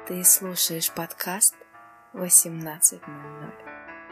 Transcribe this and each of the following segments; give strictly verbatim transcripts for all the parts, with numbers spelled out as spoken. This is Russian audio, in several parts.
Ты слушаешь подкаст восемнадцать ноль ноль.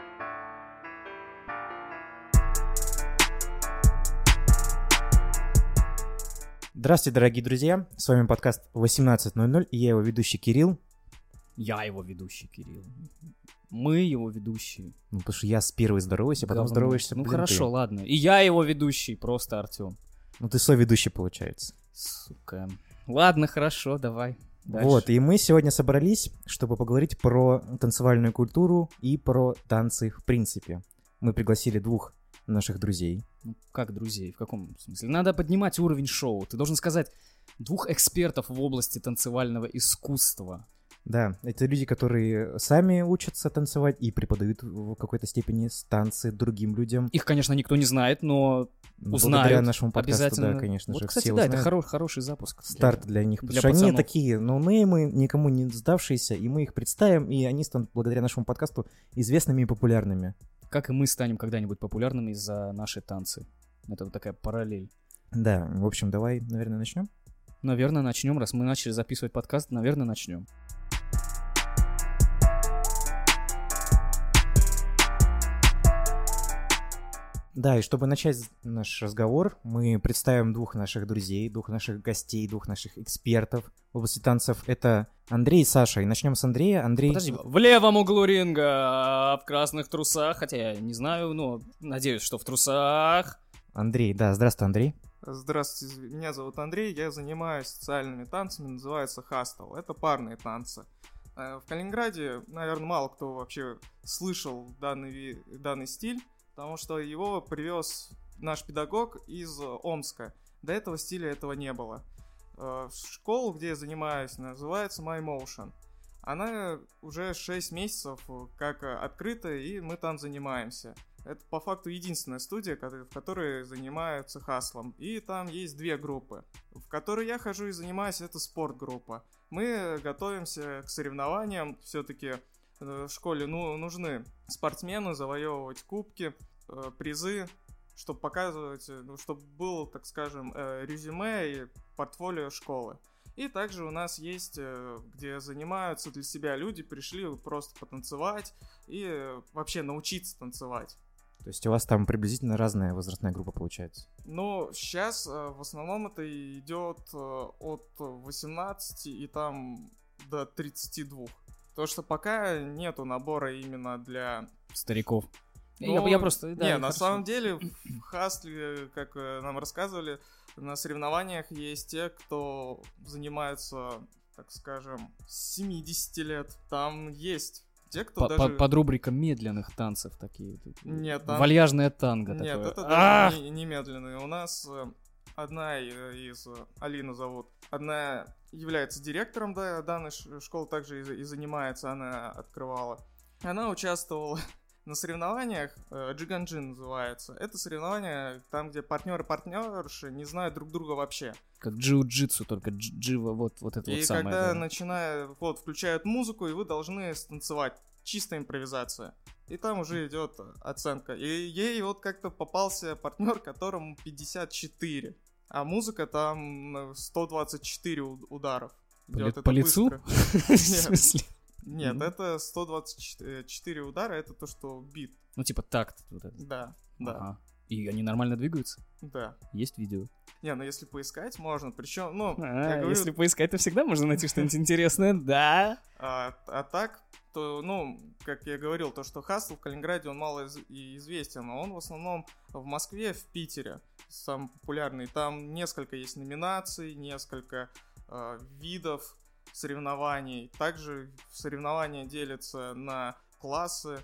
Здравствуйте, дорогие друзья, с вами подкаст восемнадцать ноль ноль, и я его ведущий Кирилл. Я его ведущий, Кирилл. Мы его ведущие. Ну, потому что я с первой здороваюсь, а потом Говно. здороваешься, Ну блин, хорошо, ты. ладно. И я его ведущий, просто Артем. Ну, ты соведущий, получается. Сука. Ладно, хорошо, давай. Дальше. Вот, и мы сегодня собрались, чтобы поговорить про танцевальную культуру и про танцы в принципе. Мы пригласили двух наших друзей. Ну, как друзей? В каком смысле? Надо поднимать уровень шоу. Ты должен сказать двух экспертов в области танцевального искусства. Да, это люди, которые сами учатся танцевать и преподают в какой-то степени танцы другим людям. Их, конечно, никто не знает, но узнают. Благодаря нашему подкасту, обязательно. да, конечно вот, же, кстати, все да, узнают. это хоро- хороший запуск. Старт для них, потому для что они пацанов. такие ноунеймы, никому не сдавшиеся, и мы их представим, и они станут благодаря нашему подкасту известными и популярными. Как и мы станем когда-нибудь популярными за наши танцы. Это вот такая параллель. Да, в общем, давай, наверное, начнем. Наверное, начнем. Раз мы начали записывать подкаст, наверное, начнем. Да, и чтобы начать наш разговор, мы представим двух наших друзей, двух наших гостей, двух наших экспертов в области танцев. Это Андрей и Саша. И начнем с Андрея. Андрей... Подожди, в левом углу ринга, в красных трусах, хотя я не знаю, но надеюсь, что в трусах. Андрей, да, здравствуй, Андрей. Здравствуйте, меня зовут Андрей, я занимаюсь социальными танцами, называется хастл. Это парные танцы. В Калининграде, наверное, мало кто вообще слышал данный, ви- данный стиль, потому что его привез наш педагог из Омска. До этого стиля этого не было. Школа, где я занимаюсь, называется My Motion. Она уже шесть месяцев как открыта, и мы там занимаемся. Это по факту единственная студия, в которой занимаются хаслом. И там есть две группы. В которой я хожу и занимаюсь, это спортгруппа. Мы готовимся к соревнованиям. Все-таки в школе ну, нужны спортсмены, завоевывать кубки, призы, чтобы показывать, ну, чтобы было, так скажем, резюме и портфолио школы. И также у нас есть, где занимаются для себя люди, пришли просто потанцевать и вообще научиться танцевать. То есть у вас там приблизительно разная возрастная группа получается? Ну, сейчас в основном это идет от восемнадцати и там до тридцати двух. Потому что пока нету набора именно для... Стариков. Ну, я, я просто... Да, не, хорошо. на самом деле в Хасле, как нам рассказывали, на соревнованиях есть те, кто занимается, так скажем, с семидесяти лет. Там есть те, кто По- даже... под, под рубрикой медленных танцев такие. Нет, там... Вальяжное танго Нет, такое. это А! даже не, не медленные. У нас э, одна из... Алина зовут. Одна является директором да, данной ш- школы, также и, и занимается, она открывала. Она участвовала на соревнованиях, э, Джиганджин называется. Это соревнования там, где партнеры-партнерши не знают друг друга вообще. Как джиу-джитсу, только дж- джива, вот, вот это И вот самое. когда да. начинают, вот, включают музыку, и вы должны станцевать. Чистая импровизация. И там уже идет оценка. И ей вот как-то попался партнер, которому пятьдесят четыре. А музыка там сто двадцать четыре ударов. По, идет. ли- Это по лицу? быстро. В смысле? Нет, Мгм. это сто двадцать четыре удара, это то, что бит. Ну, типа такт. Вот это. Да, да, Ага. И они нормально двигаются? да. Есть видео? Не, ну если поискать, можно. Причем, ну, А, я говорю, если поискать, то всегда можно найти что-нибудь интересное, да? А, а так, то, ну, как я говорил, то, что хастл в Калининграде, он мало из- и известен, но он в основном в Москве, в Питере самый популярный. Там несколько есть номинаций, несколько э, видов соревнований. Также соревнования делятся на классы: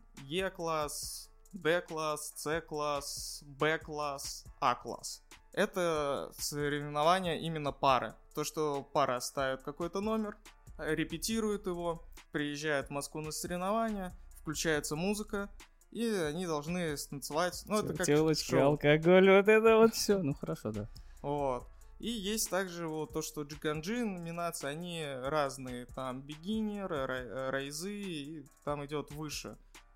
Е-класс, Д-класс, С-класс, Б-класс, А-класс. Это соревнования именно пары. То, что пара ставит какой-то номер, репетирует его, приезжает в Москву на соревнования, включается музыка, и они должны станцевать. Ну, это как Телочка, шоу. алкоголь, вот это вот все. Ну, хорошо, да. Вот. И есть также вот то, что Джиганджи номинации, они разные. Там бигинер, рай- райзы, и там идет выше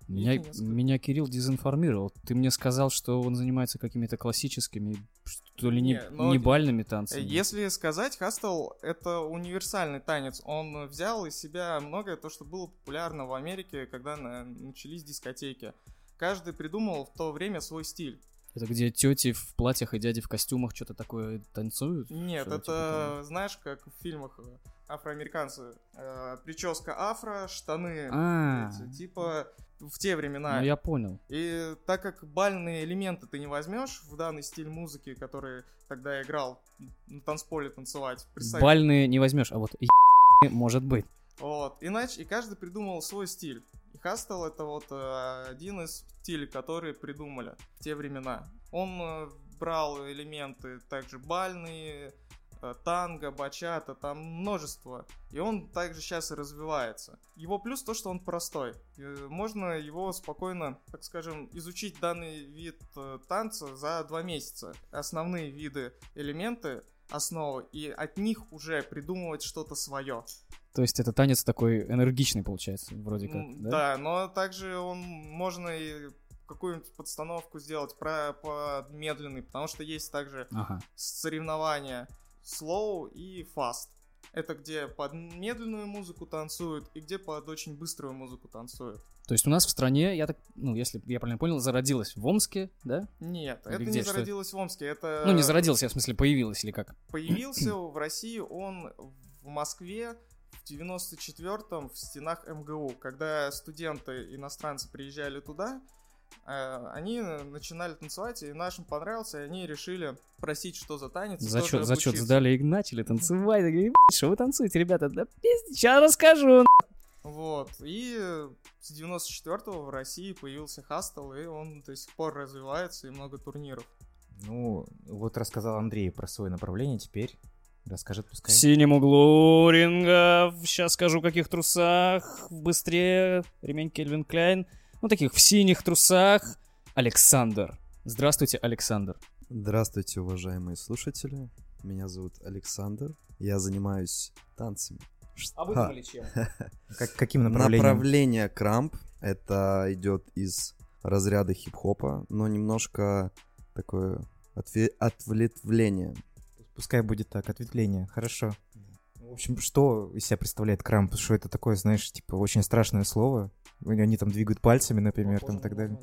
Меня, Их несколько. меня Кирилл дезинформировал. Ты мне сказал, что он занимается какими-то классическими, что ли, не, Не, но не бальными танцами. Если сказать, хастл — это универсальный танец. Он взял из себя многое то, что было популярно в Америке, когда на- начались дискотеки. Каждый придумал в то время свой стиль. Это где тети в платьях и дяди в костюмах что-то такое танцуют? Нет, Что-то это, типа того? знаешь, как в фильмах э, афроамериканцы. Э, прическа афро, штаны А, эти, типа в те времена. ну я понял. И так как бальные элементы ты не возьмешь в данный стиль музыки, который тогда играл на танцполе танцевать, представь. Бальные не возьмешь, а вот может быть. Вот. Иначе и каждый придумал свой стиль. И хастл — это вот э, один из стилей, которые придумали в те времена. Он э, брал элементы также бальные, э, танго, бачата, там множество. И он также сейчас и развивается. Его плюс то, что он простой. Э, можно его спокойно, так скажем, изучить данный вид э, танца за два месяца. Основные виды, элементы, основы, и от них уже придумывать что-то свое. То есть это танец такой энергичный получается, вроде как, М, да? Да, но также он можно и какую-нибудь подстановку сделать про, под медленный, потому что есть также Ага. соревнования slow и fast. Это где под медленную музыку танцуют и где под очень быструю музыку танцуют. То есть у нас в стране, я так, ну, если я правильно понял, зародилась в Омске, да? Нет, Или это где, не что зародилось в Омске, это Ну, не зародилась, я в смысле появилась или как? появился в России он в Москве в девяносто четвёртом в стенах эм гэ у. Когда студенты иностранцы приезжали туда, э, они начинали танцевать, и нашим понравился, и они решили просить, что за танец. и Зачет, тоже зачет обучиться. сдали и начали танцевать. Такие, «Ебать, что вы танцуете, ребята? Да пиздец, сейчас расскажу. Вот. И с девяносто четвёртого в России появился хастл, и он до сих пор развивается, и много турниров. Ну, вот рассказал Андрей про свое направление, теперь расскажет В пускай. синем углу ринга, сейчас скажу, в каких трусах, быстрее, ремень Кельвин Кляйн, ну, таких в синих трусах, Александр. Здравствуйте, Александр. Здравствуйте, уважаемые слушатели. Меня зовут Александр. Я занимаюсь танцами. А вы Ха. думали, чем? Как, каким направлением? Направление крамп. Это идет из разряда хип-хопа, но немножко такое отве- отвлетвление. Пускай будет так, ответвление. Хорошо. В общем, что из себя представляет крамп? Что это такое, знаешь, типа, очень страшное слово? Они там двигают пальцами, например, там и так далее.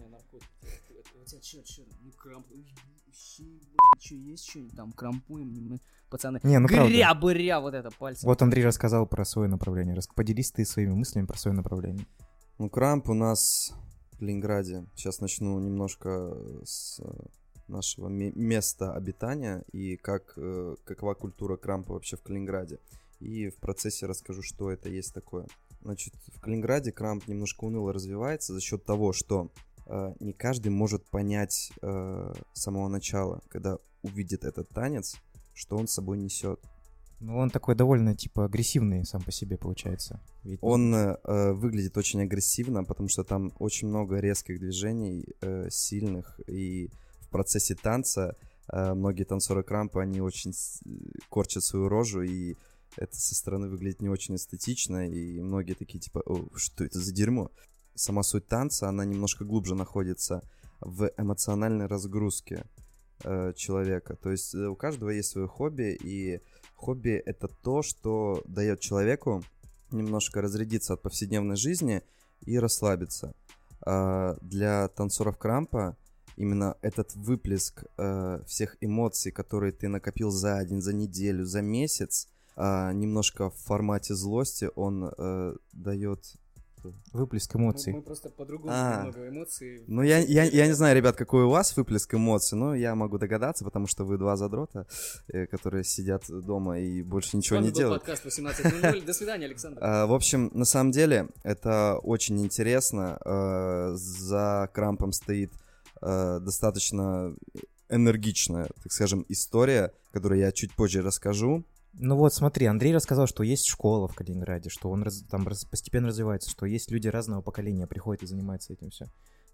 Что есть, что там крампуем, мы, пацаны. Не, ну правда. Гря-быря, вот это пальцем. Вот Андрей рассказал про свое направление. Рас- Поделись ты своими мыслями про свое направление. Ну, крамп у нас в Калининграде. Сейчас начну немножко с э, нашего ме- места обитания и как, э, какова культура крампа вообще в Калининграде. И в процессе расскажу, что это есть такое. Значит, в Калининграде крамп немножко уныло развивается за счет того, что э, не каждый может понять э, с самого начала, когда увидит этот танец, что он с собой несет. Ну, он такой довольно, типа, агрессивный сам по себе, получается. Видно. Он э, выглядит очень агрессивно, потому что там очень много резких движений, э, сильных, и в процессе танца э, многие танцоры крампа, они очень с- корчат свою рожу, и это со стороны выглядит не очень эстетично, и многие такие типа, о, что это за дерьмо? Сама суть танца, она немножко глубже находится в эмоциональной разгрузке э, человека. То есть э, у каждого есть свое хобби, и хобби — это то, что дает человеку немножко разрядиться от повседневной жизни и расслабиться. А для танцоров крампа именно этот выплеск э, всех эмоций, которые ты накопил за день, за неделю, за месяц, э, немножко в формате злости, он э, дает... Выплеск эмоций. Мы, мы просто по-другому А. немного эмоций. Ну, я, я, я не знаю, ребят, какой у вас выплеск эмоций, но я могу догадаться, потому что вы два задрота, э, которые сидят дома и больше ничего не делают. Подкаст восемнадцать ноль ноль. До свидания, Александр. А, в общем, на самом деле, это очень интересно. А, за крампом стоит а, достаточно энергичная, так скажем, история, которую я чуть позже расскажу. Ну вот, смотри, Андрей рассказал, что есть школа в Калининграде, что он раз- там раз- постепенно развивается, что есть люди разного поколения приходят и занимаются этим все.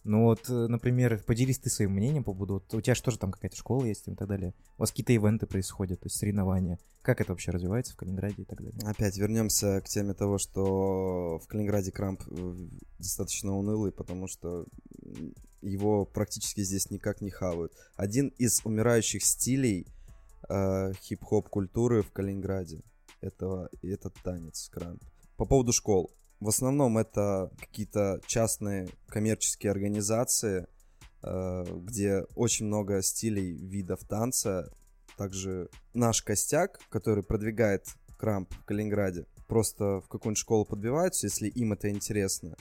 Ну вот, э, например, поделись ты своим мнением по поводу... Вот у тебя же тоже там какая-то школа есть и так далее. У вас какие-то ивенты происходят, то есть соревнования. Как это вообще развивается в Калининграде и так далее? Опять вернемся к теме того, что в Калининграде крамп достаточно унылый, потому что его практически здесь никак не хавают. Один из умирающих стилей э, хип-хоп культуры в Калининграде это, это танец крамп. По поводу школ. В основном это какие-то частные коммерческие организации, э, где очень много стилей, видов танца. Также наш костяк, который продвигает крамп в Калининграде, просто в какую-нибудь школу подбиваются, если им это интересно.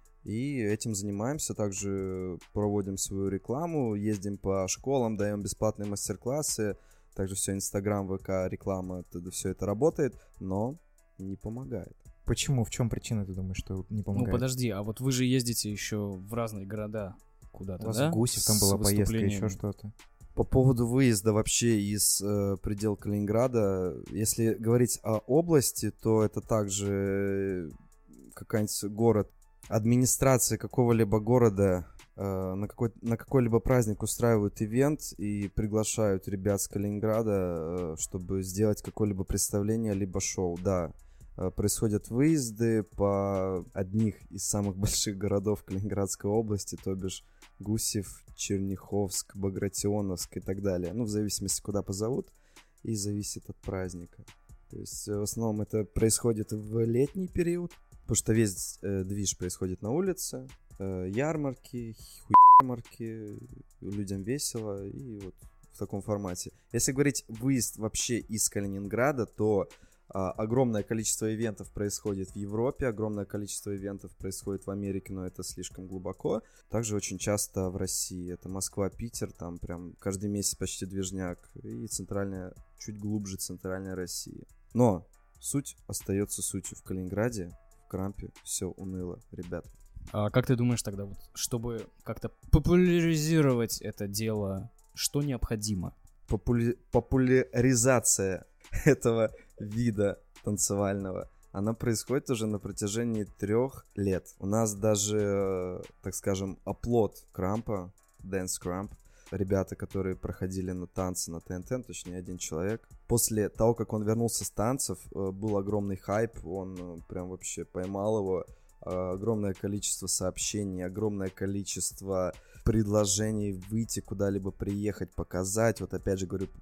И этим занимаемся. Также проводим свою рекламу, ездим по школам, даем бесплатные мастер-классы. Также все Инстаграм, ВК, реклама, все это работает, но не помогает. Почему? В чем причина, ты думаешь, что не помогает? Ну подожди, а вот вы же ездите еще в разные города куда-то, У вас да? в Гусев там С была поездка, выступлениями. еще что-то. По поводу выезда вообще из э, предел Калининграда, если говорить о области, то это также какой-нибудь город. Администрация какого-либо города э, на, какой, на какой-либо праздник устраивают ивент и приглашают ребят с Калининграда, э, чтобы сделать какое-либо представление, либо шоу. Да, э, происходят выезды по одних из самых больших городов Калининградской области, то бишь Гусев, Черняховск, Багратионовск и так далее. Ну, в зависимости, куда позовут, и зависит от праздника. То есть, в основном, это происходит в летний период, потому что весь э, движ происходит на улице, э, ярмарки, хуярмарки, людям весело, и вот в таком формате. Если говорить выезд вообще из Калининграда, то а, огромное количество ивентов происходит в Европе, огромное количество ивентов происходит в Америке, но это слишком глубоко. Также очень часто в России. Это Москва, Питер, там прям каждый месяц почти движняк. И центральная, чуть глубже центральная Россия. Но суть остается сутью. В Калининграде, в крампе все уныло, ребят. А как ты думаешь тогда, вот, чтобы как-то популяризировать это дело, что необходимо? Популя... Популяризация этого вида танцевального, она происходит уже на протяжении трех лет. У нас даже, так скажем, оплот крампа, Dance Cramp, ребята, которые проходили на танцы на ТНТ, точнее один человек. После того, как он вернулся с танцев, был огромный хайп, он прям вообще поймал его. Огромное количество сообщений, огромное количество предложений выйти куда-либо, приехать, показать. Вот опять же говорю,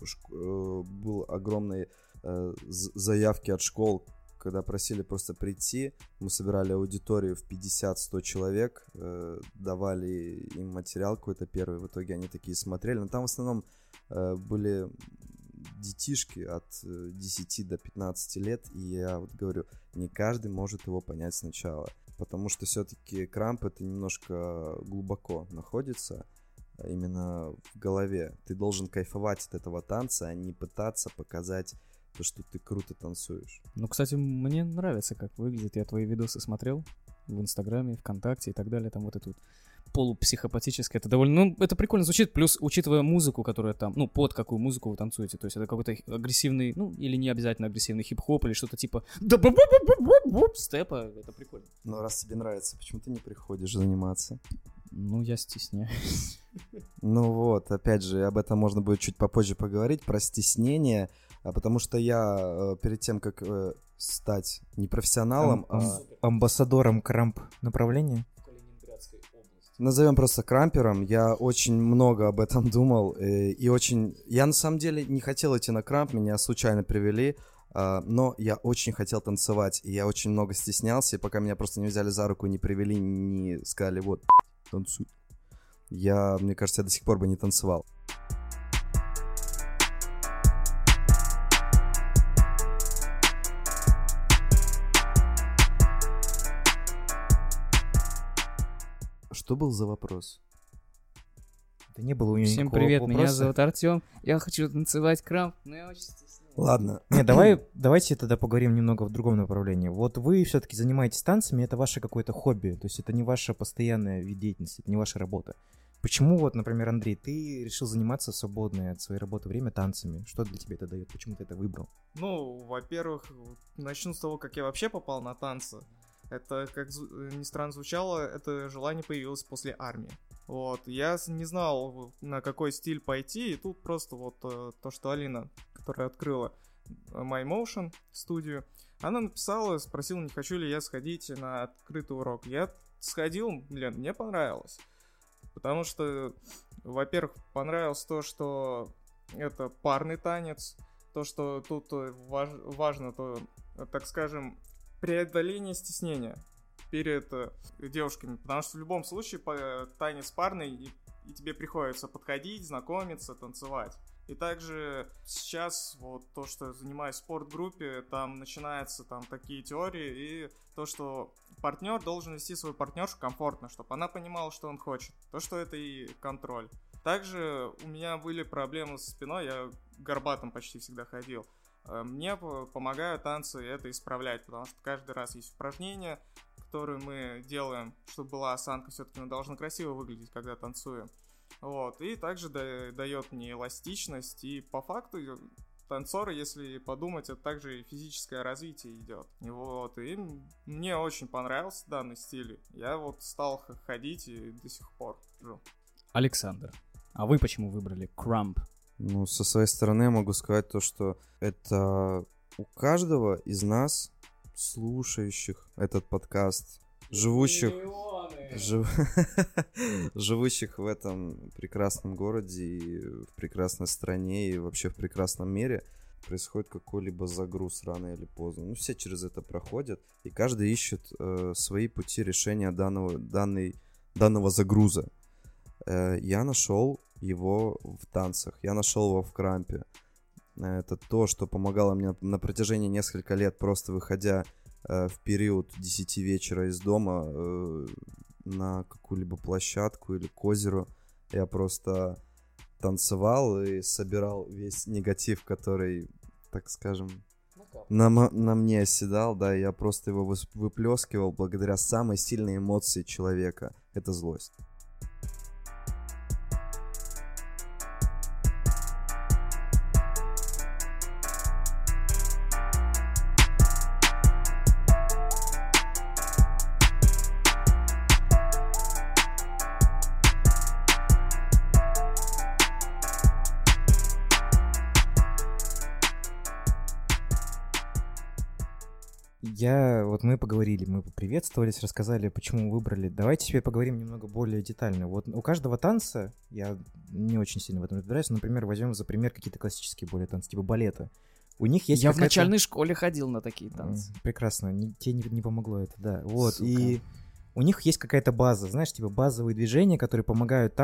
был огромный э, заявки от школ, когда просили просто прийти. Мы собирали аудиторию в пятьдесят-сто человек, э, давали им материал какой-то первый, в итоге они такие смотрели. Но там в основном э, были детишки от десяти до пятнадцати лет, и я вот говорю, не каждый может его понять сначала. Потому что все-таки крамп это немножко глубоко находится именно в голове. Ты должен кайфовать от этого танца, а не пытаться показать то, что ты круто танцуешь. Ну, кстати, мне нравится, как выглядит. Я твои видосы смотрел в Инстаграме, ВКонтакте и так далее. Там вот это вот полупсихопатическое. Это довольно... Ну, это прикольно звучит. Плюс, учитывая музыку, которая там... Ну, под какую музыку вы танцуете. То есть это какой-то агрессивный... Ну, или не обязательно агрессивный хип-хоп, или что-то типа... Степа. Это прикольно. Но раз тебе нравится, почему ты не приходишь заниматься? Ну, я стесняюсь. Ну вот, опять же, об этом можно будет чуть попозже поговорить, про стеснение, потому что я перед тем, как стать не профессионалом, Ам- а амбассадором крамп направления? назовем просто крампером, я очень много об этом думал, и, и очень... Я на самом деле не хотел идти на крамп, меня случайно привели, но я очень хотел танцевать, и я очень много стеснялся, и пока меня просто не взяли за руку, не привели, не сказали, вот, танцуй. Я, мне кажется, я до сих пор бы не танцевал. Что был за вопрос? Да не было у него Всем никакого привет, вопроса. меня зовут Артем. Я хочу танцевать крамп, но я очень стесняюсь. Ладно. Не, давай, давайте тогда поговорим немного в другом направлении. Вот вы все-таки занимаетесь танцами, это ваше какое-то хобби, то есть это не ваша постоянная вид деятельности, это не ваша работа. Почему вот, например, Андрей, ты решил заниматься в свободное от своей работы время танцами? Что для тебя это дает? Почему ты это выбрал? Ну, во-первых, начну с того, как я вообще попал на танцы. Это, как ни странно звучало, это желание появилось после армии. Вот, я не знал, на какой стиль пойти, и тут просто вот то, что Алина, которая открыла MyMotion студию, она написала, спросила, не хочу ли я сходить на открытый урок. Я сходил, блин, мне понравилось. Потому что, во-первых, понравилось то, что это парный танец, то, что тут важ, важно, то, так скажем, преодоление стеснения перед девушками. Потому что в любом случае танец парный, и, и тебе приходится подходить, знакомиться, танцевать. И также сейчас вот то, что я занимаюсь в спортгруппе, там начинаются там такие теории, и то, что партнер должен вести свою партнершу комфортно, чтобы она понимала, что он хочет. То, что это и контроль. Также у меня были проблемы со спиной, я горбатым почти всегда ходил. Мне помогают танцы это исправлять, потому что каждый раз есть упражнения, которые мы делаем, чтобы была осанка, все-таки мы должны красиво выглядеть, когда танцуем. Вот, и также да, дает мне эластичность, и по факту танцоры, если подумать, это также и физическое развитие идет. И вот, и мне очень понравился данный стиль, я вот стал ходить и до сих пор хожу. Александр, а вы почему выбрали Крумп? Ну, со своей стороны я могу сказать то, что это у каждого из нас, слушающих этот подкаст, живущих... Жив... живущих в этом прекрасном городе и в прекрасной стране и вообще в прекрасном мире происходит какой-либо загруз рано или поздно. Ну, все через это проходят, и каждый ищет э, свои пути решения данного, данной, данного загруза. Э, я нашел его в танцах, я нашел его в Крампе. Это то, что помогало мне на протяжении нескольких лет, просто выходя э, в период десяти вечера из дома э, на какую-либо площадку или к озеру. Я просто танцевал и собирал весь негатив, который, так скажем, на, на мне оседал, да, и я просто его выплескивал благодаря самой сильной эмоции человека. Это злость. Я, вот мы поговорили, мы поприветствовались, рассказали, почему выбрали. Давайте теперь поговорим немного более детально. Вот у каждого танца, я не очень сильно в этом разбираюсь, но, например, возьмем за пример какие-то классические более танцы, типа балета. У них есть Я какая-то... в начальной школе ходил на такие танцы. Прекрасно, не, тебе не, не помогло это, да. Вот, Сука. И у них есть какая-то база, знаешь, типа базовые движения, которые помогают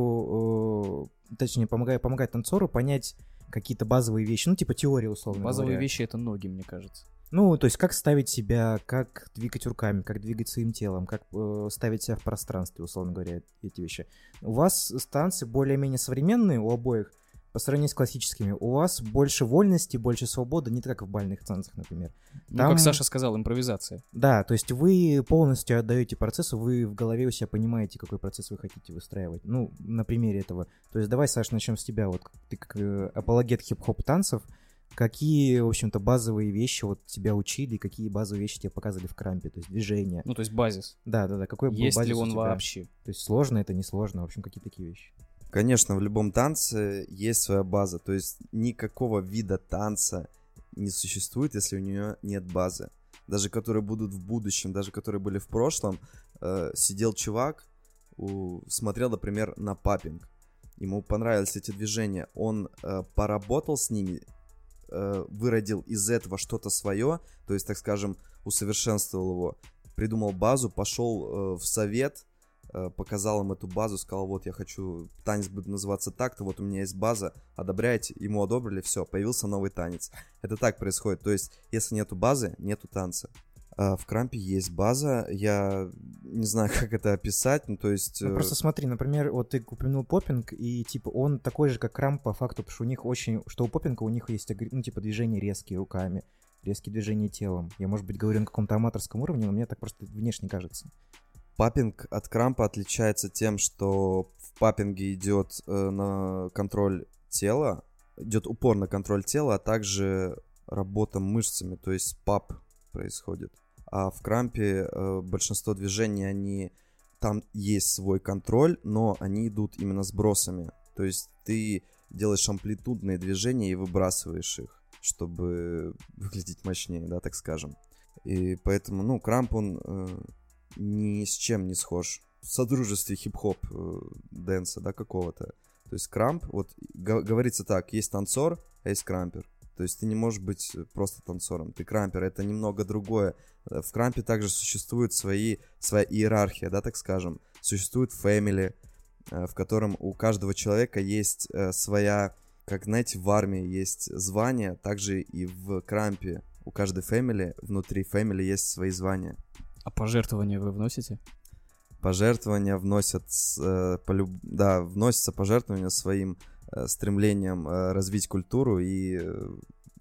танцу, э, точнее, помогают, помогают танцору понять какие-то базовые вещи, ну, типа теория, условно Базовые говоря. вещи — это ноги, мне кажется. Ну, то есть как ставить себя, как двигать руками, как двигать своим телом, как э, ставить себя в пространстве, условно говоря, эти вещи. У вас танцы более-менее современные у обоих, по сравнению с классическими. У вас больше вольности, больше свободы, не так, как в бальных танцах, например. Ну, Там... как Саша сказал, импровизация. Да, то есть вы полностью отдаете процессу, вы в голове у себя понимаете, какой процесс вы хотите выстраивать. Ну, на примере этого. То есть давай, Саш, начнем с тебя. Вот ты как э, апологет хип-хоп танцев, какие, в общем-то, базовые вещи вот тебя учили, какие базовые вещи тебе показывали в Крампе, то есть движения. Ну, то есть базис. Да, да, да. Какой был Есть базис ли у он тебя? вообще? То есть сложно это, не сложно, в общем, какие такие вещи. Конечно, в любом танце есть своя база, то есть никакого вида танца не существует, если у нее нет базы. Даже которые будут в будущем, даже которые были в прошлом, э, сидел чувак, у, смотрел, например, на паппинг. Ему понравились эти движения, он э, поработал с ними, э, выродил из этого что-то свое, то есть, так скажем, усовершенствовал его, придумал базу, пошел э, в совет, показал им эту базу, сказал, вот я хочу, танец будет называться так-то, вот у меня есть база, одобряете, ему одобрили, все, появился новый танец. Это так происходит, то есть если нету базы, нету танца. А в Крампе есть база, я не знаю, как это описать, ну то есть... Ну просто смотри, например, вот ты упомянул поппинг, и типа он такой же, как Крамп по факту, потому что у них очень, что у поппинга у них есть, ну типа движения резкие руками, резкие движения телом. Я, может быть, говорю на каком-то аматорском уровне, но мне так просто внешне кажется. Паппинг от Крампа отличается тем, что в паппинге идет э, на контроль тела, идет упор на контроль тела, а также работа мышцами, то есть пап происходит. А в Крампе э, большинство движений, они там есть свой контроль, но они идут именно с бросами. То есть ты делаешь амплитудные движения и выбрасываешь их, чтобы выглядеть мощнее, да, так скажем. И поэтому, ну, крамп, он э, ни с чем не схож. В содружестве хип-хоп э, дэнса, да, какого-то. То есть крамп, вот г- говорится так, есть танцор, а есть крампер. То есть ты не можешь быть просто танцором, ты крампер, это немного другое. В крампе также существует свои, своя иерархия, да, так скажем. Существует family, в котором у каждого человека есть своя, как, знаете, в армии есть звание, также и в крампе у каждой family, внутри family есть свои звания. А пожертвования вы вносите? Пожертвования вносят, э, полюб... да, вносятся пожертвования своим э, стремлением э, развить культуру и э,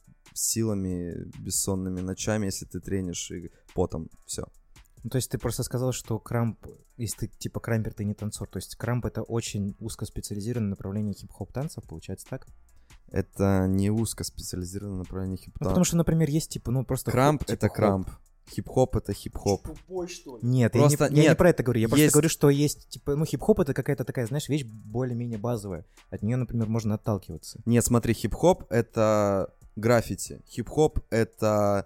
силами, бессонными ночами, если ты тренишь, и потом, все. Ну, то есть ты просто сказал, что крамп, если ты типа крампер, ты не танцор. То есть крамп — это очень узкоспециализированное направление хип-хоп танцев, получается так? Это не узкоспециализированное направление хип-хоп. Ну, потому что, например, есть типа, ну просто... Крамп хоп, — это типа, крамп. Хип-хоп — это хип-хоп. Тупой, что ли? Нет, Просто я, не, я нет, не про это говорю. Я просто есть- говорю, что есть, типа, ну, хип-хоп — это какая-то такая, знаешь, вещь более-менее базовая. От нее, например, можно отталкиваться. Нет, смотри, хип-хоп — это граффити. Хип-хоп — это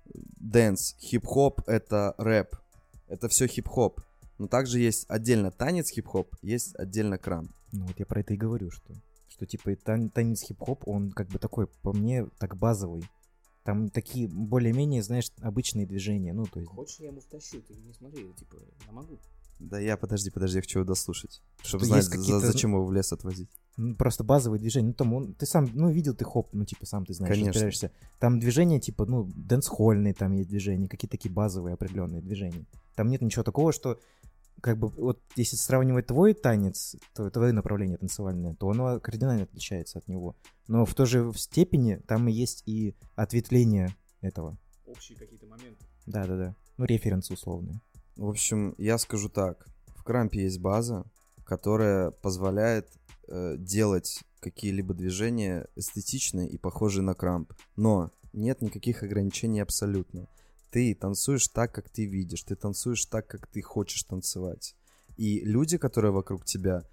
дэнс. Хип-хоп — это рэп. Это все хип-хоп. Но также есть отдельно танец хип-хоп, есть отдельно крамп. Ну, вот я про это и говорю, что, что типа, и тан- танец хип-хоп, он как бы такой, по мне, так базовый. Там такие более-менее, знаешь, обычные движения, ну, то есть... Хочешь, я ему втащу? Ты не смотри, типа, я могу. Да я, подожди, подожди, я хочу его дослушать. Чтобы Что знать, есть за- какие-то- зачем его в лес отвозить. Ну, просто базовые движения. Ну, там он, ты сам, ну, видел ты хоп, ну, типа, сам ты знаешь, Конечно. разбираешься. Там движения, типа, ну, дэнс-хольные там есть движения, какие-то такие базовые определенные движения. Там нет ничего такого, что, как бы, вот, если сравнивать твой танец, то твое направление танцевальное, то оно кардинально отличается от него. Но в той же степени там и есть и ответвление этого. Общие какие-то моменты. Да-да-да. Ну, референсы условные. В общем, я скажу так. В крампе есть база, которая позволяет э, делать какие-либо движения эстетичные и похожие на крамп. Но нет никаких ограничений абсолютно. Ты танцуешь так, как ты видишь. Ты танцуешь так, как ты хочешь танцевать. И люди, которые вокруг тебя,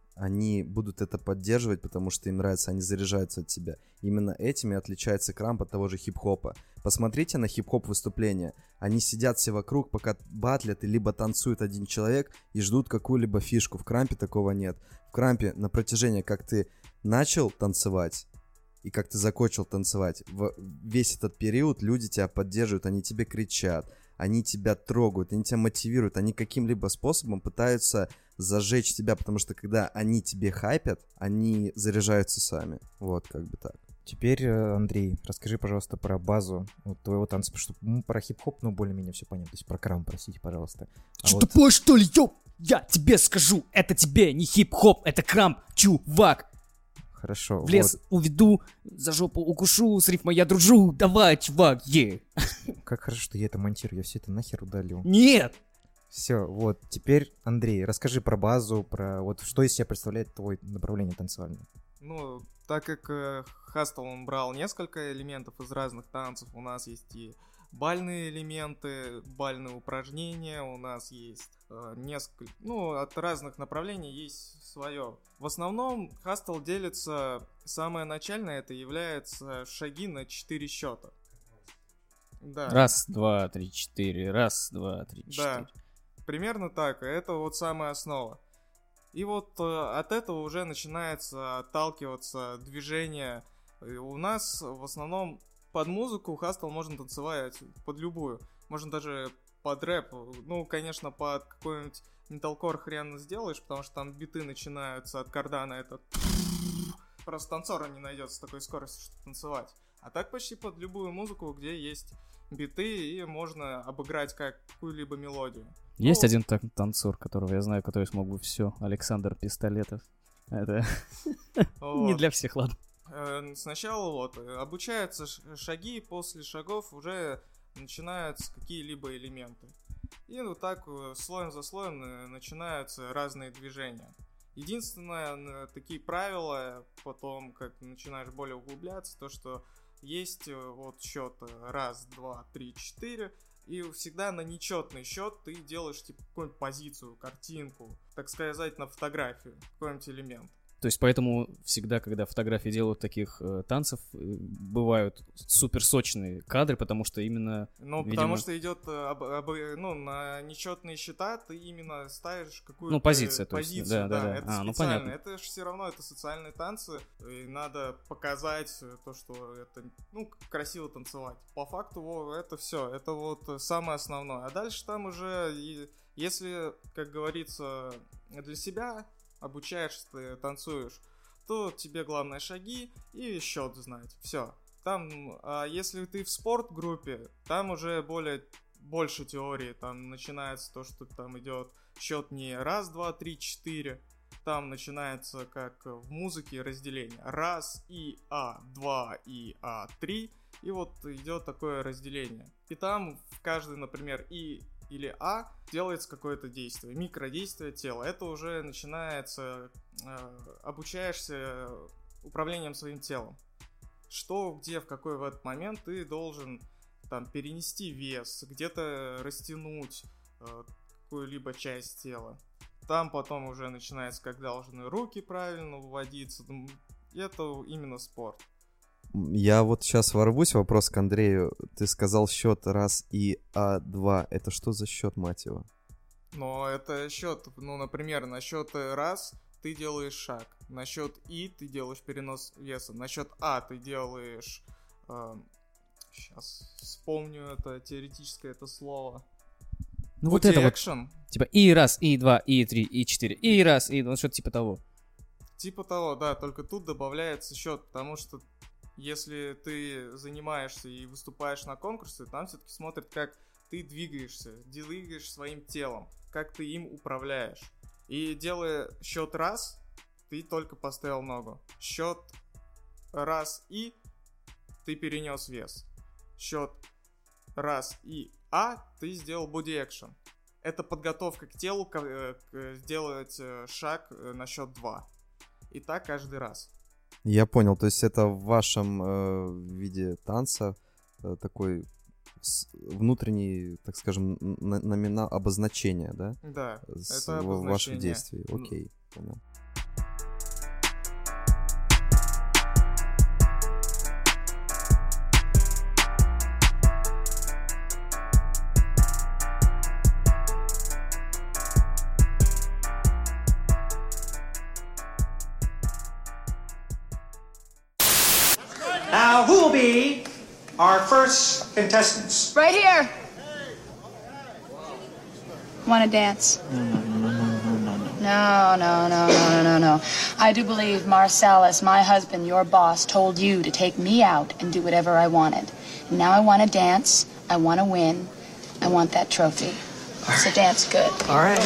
они будут это поддерживать, потому что им нравится, они заряжаются от тебя. Именно этим и отличается крамп от того же хип-хопа. Посмотрите на хип-хоп выступления. Они сидят все вокруг, пока батлят, и либо танцует один человек и ждут какую-либо фишку. В крампе такого нет. В крампе на протяжении, как ты начал танцевать и как ты закончил танцевать, в весь этот период люди тебя поддерживают, они тебе кричат, они тебя трогают, они тебя мотивируют, они каким-либо способом пытаются зажечь тебя, потому что когда они тебе хайпят, они заряжаются сами. Вот, как бы так. Теперь, э, Андрей, расскажи, пожалуйста, про базу вот твоего танца, потому что ну, про хип-хоп, ну, более-менее все понятно. То есть про крамп, простите, пожалуйста. А Что, вот- тупой, что ли, ёп? Я тебе скажу, это тебе не хип-хоп, это крамп, чувак. Хорошо. В лес уведу, за жопу укушу, с рифмой я дружу. Давай, чувак, е. Вот. Как хорошо, что я это монтирую, я все это нахер удалил. Нет. Все, вот, теперь, Андрей, расскажи про базу, про вот что из себя представляет твое направление танцевальное. Ну, так как э, Хастл, он брал несколько элементов из разных танцев, у нас есть и бальные элементы, бальные упражнения, у нас есть э, несколько, ну, от разных направлений есть свое. В основном Хастл делится, самое начальное это является шаги на четыре счета. Да. Раз, два, три, четыре. Раз, два, три, Да, четыре. примерно так. Это вот самая основа. И вот э, от этого уже начинается отталкиваться движение. И у нас в основном под музыку Хастл можно танцевать под любую. Можно даже под рэп. Ну, конечно, под какой-нибудь металкор хрен сделаешь, потому что там биты начинаются от кардана. Это просто танцора не найдется с такой скоростью, чтобы танцевать. А так почти под любую музыку, где есть биты, и можно обыграть какую-либо мелодию. Есть Ну, один так танцор, которого я знаю, который смог бы все. Александр Пистолетов. Это не вот. для всех, ладно. Э, Сначала вот э, обучаются ш- шаги, после шагов уже начинаются какие-либо элементы. И вот так э, слоем за слоем э, начинаются разные движения. Единственное, н- такие правила, потом, как начинаешь более углубляться, то, что есть э, вот счет э, раз, два, три, четыре, И всегда на нечетный счет ты делаешь типа какую-нибудь позицию, картинку, так сказать, на фотографию, какой-нибудь элемент. То есть поэтому всегда, когда фотографии делают таких э, танцев, э, бывают суперсочные кадры, потому что именно... Ну, видимо... потому что идет об, об, ну, на нечетные счета ты именно ставишь какую-то ну, позиция, позицию. То есть, да, да, да. Это а, ну, специально. понятно. Это же все равно это социальные танцы, и надо показать то, что это, ну, красиво танцевать. По факту во, это все, это вот самое основное. А дальше там уже, если, как говорится, для себя обучаешься, ты танцуешь, то тебе главное шаги и счет знать. Все. Там, а если ты в спорт-группе, там уже более больше теории. Там начинается то, что там идет счет не раз, два, три, четыре. Там начинается, как в музыке, разделение. Раз и А, два и А, три. И вот идет такое разделение. И там в каждый, например, И или А делается какое-то действие, микродействие тела. Это уже начинается, э, обучаешься управлением своим телом. Что, где, в какой в этот момент ты должен там перенести вес, где-то растянуть э, какую-либо часть тела. Там потом уже начинается, как должны руки правильно выводиться. Это именно спорт. Я вот сейчас ворвусь, вопрос к Андрею. Ты сказал счет раз и А два. Это что за счет, мать его? Ну, это счет, ну, например, на счет раз ты делаешь шаг, на счет И ты делаешь перенос веса, на счет А ты делаешь... Э, сейчас вспомню это теоретическое это слово. Ну, вот это вот, action. типа и раз, и два, и три, и четыре, и раз, и два, что-то типа того. Типа того, да, только тут добавляется счет, потому что если ты занимаешься и выступаешь на конкурсе, там все-таки смотрят, как ты двигаешься, двигаешь своим телом, как ты им управляешь. И делая счет раз, ты только поставил ногу. Счет раз и ты перенес вес. Счет раз и А ты сделал body action. Это подготовка к телу, к, к, сделать шаг на счет два. И так каждый раз. Я понял, то есть это в вашем э, виде танца э, такой с, внутренний, так скажем, номинал обозначение, да? Да, с, это обозначение. Ваших действий. Окей, понял. Now, who will be our first contestants? Right here. Want to dance? No, no, no, no, no, no, no. No, no, no, no, no, no, no. I do believe Marcellus, my husband, your boss, told you to take me out and do whatever I wanted. And now I want to dance. I want to win. I want that trophy. So dance good. All right.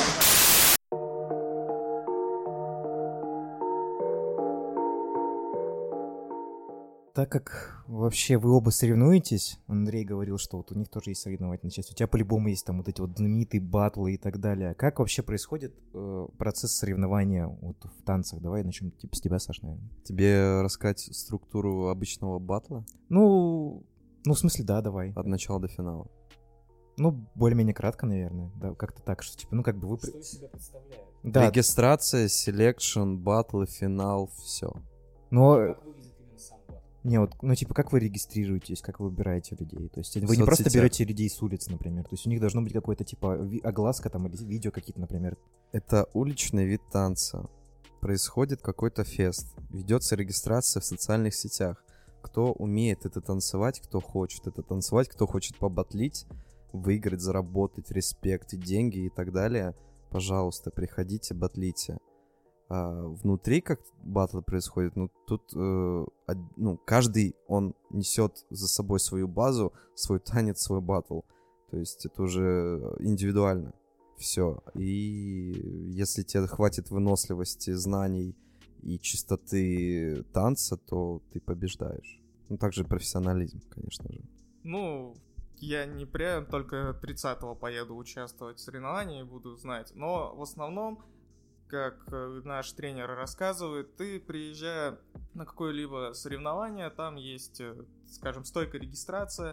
Так как вообще вы оба соревнуетесь, Андрей говорил, что вот у них тоже есть соревновательная часть, у тебя по-любому есть там вот эти вот знаменитые батлы и так далее. Как вообще происходит э, процесс соревнования вот в танцах? Давай начнем типа с тебя, Саш, наверное. Тебе рассказать структуру обычного батла? Ну, ну в смысле, да, давай. От начала до финала. Ну, более-менее кратко, наверное, да, как-то так, что типа, ну как бы вы... Что из себя представляет? Да. Регистрация, селекшн, батлы, финал, все. Но... Не, вот, ну, типа, как вы регистрируетесь, как вы выбираете людей? То есть вы не просто берете людей с улиц, например. То есть у них должно быть какое-то, типа, ви- огласка там или видео какие-то, например. Это уличный вид танца. Происходит какой-то фест. Ведется регистрация в социальных сетях. Кто умеет это танцевать, кто хочет это танцевать, кто хочет побатлить, выиграть, заработать респект и деньги и так далее, пожалуйста, приходите, батлите. А внутри как батлы происходят, ну тут э, од, ну, каждый он несет за собой свою базу, свой танец, свой батл. То есть это уже индивидуально все. И если тебе хватит выносливости, знаний и чистоты танца, то ты побеждаешь. Ну также профессионализм, конечно же. Ну, я не прям только тридцатого поеду участвовать в соревновании, буду знать. Но в основном, как наш тренер рассказывает, ты, приезжая на какое-либо соревнование, там есть, скажем, стойкая регистрация,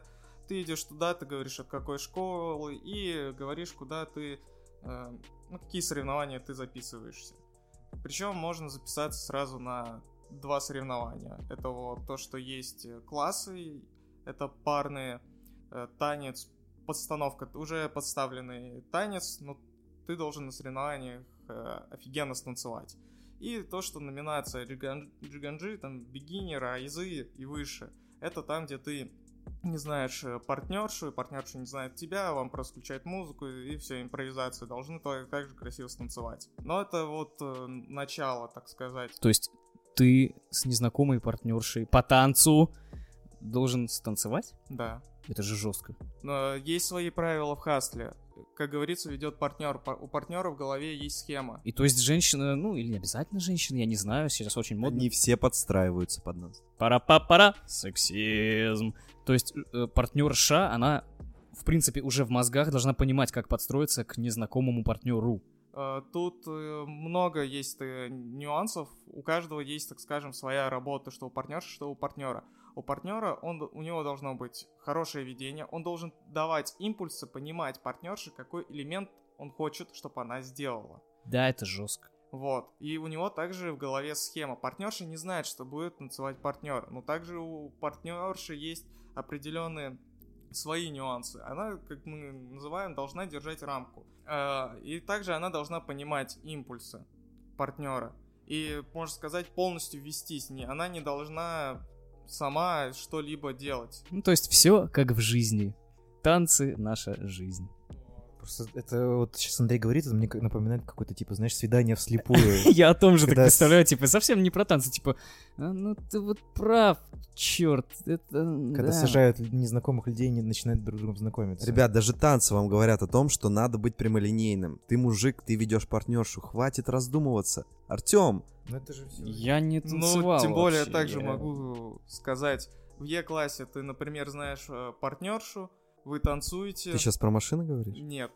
ты идешь туда, ты говоришь, от какой школы, и говоришь, куда ты, э, ну, какие соревнования ты записываешься. Причем можно записаться сразу на два соревнования. Это вот то, что есть классы, это парные, э, танец, подстановка, уже подставленный танец, но ты должен на соревнованиях э, офигенно станцевать. И то, что номинация джиганджи, там, бигинера, айзы и выше, это там, где ты не знаешь партнершу, и партнерша не знает тебя, вам просто включают музыку, и все, импровизацию должны так же красиво станцевать. Но это вот э, начало, так сказать. То есть ты с незнакомой партнершей по танцу должен станцевать? Да. Это же жестко. Но есть свои правила в хасле. Как говорится, ведет партнер. У партнера в голове есть схема. И то есть женщина, ну или не обязательно женщина, я не знаю, сейчас очень модно. Они все подстраиваются под нас. Пара-па-пара, сексизм. То есть э, партнерша, она, в принципе, уже в мозгах должна понимать, как подстроиться к незнакомому партнеру. Тут много есть нюансов. У каждого есть, так скажем, своя работа, что у партнерши, что у партнера. У партнера он, у него должно быть хорошее видение, он должен давать импульсы, понимать партнерши, какой элемент он хочет, чтобы она сделала. Да, это жестко. Вот. И у него также в голове схема. Партнерша не знает, что будет танцевать партнер. Но также у партнерши есть определенные свои нюансы. Она, как мы называем, должна держать рамку. И также она должна понимать импульсы партнера. И, можно сказать, полностью вестись. Она не должна сама что-либо делать. Ну, то есть все как в жизни. Танцы — наша жизнь. Просто это вот сейчас Андрей говорит, это мне напоминает какое-то, типа, знаешь, свидание вслепую. Я о том же так Когда представляю, типа, совсем не про танцы, типа, «А, ну ты вот прав, черт, это... Когда да». сажают незнакомых людей и не начинают друг с другом знакомиться. Ребят, даже танцы вам говорят о том, что надо быть прямолинейным. Ты мужик, ты ведешь партнершу, хватит раздумываться. Артем! Ну это же все. Я не танцевал Ну, тем более, вообще, также я- могу сказать, в Е-классе ты, например, знаешь э, партнершу, вы танцуете... Ты сейчас про машины говоришь? Нет,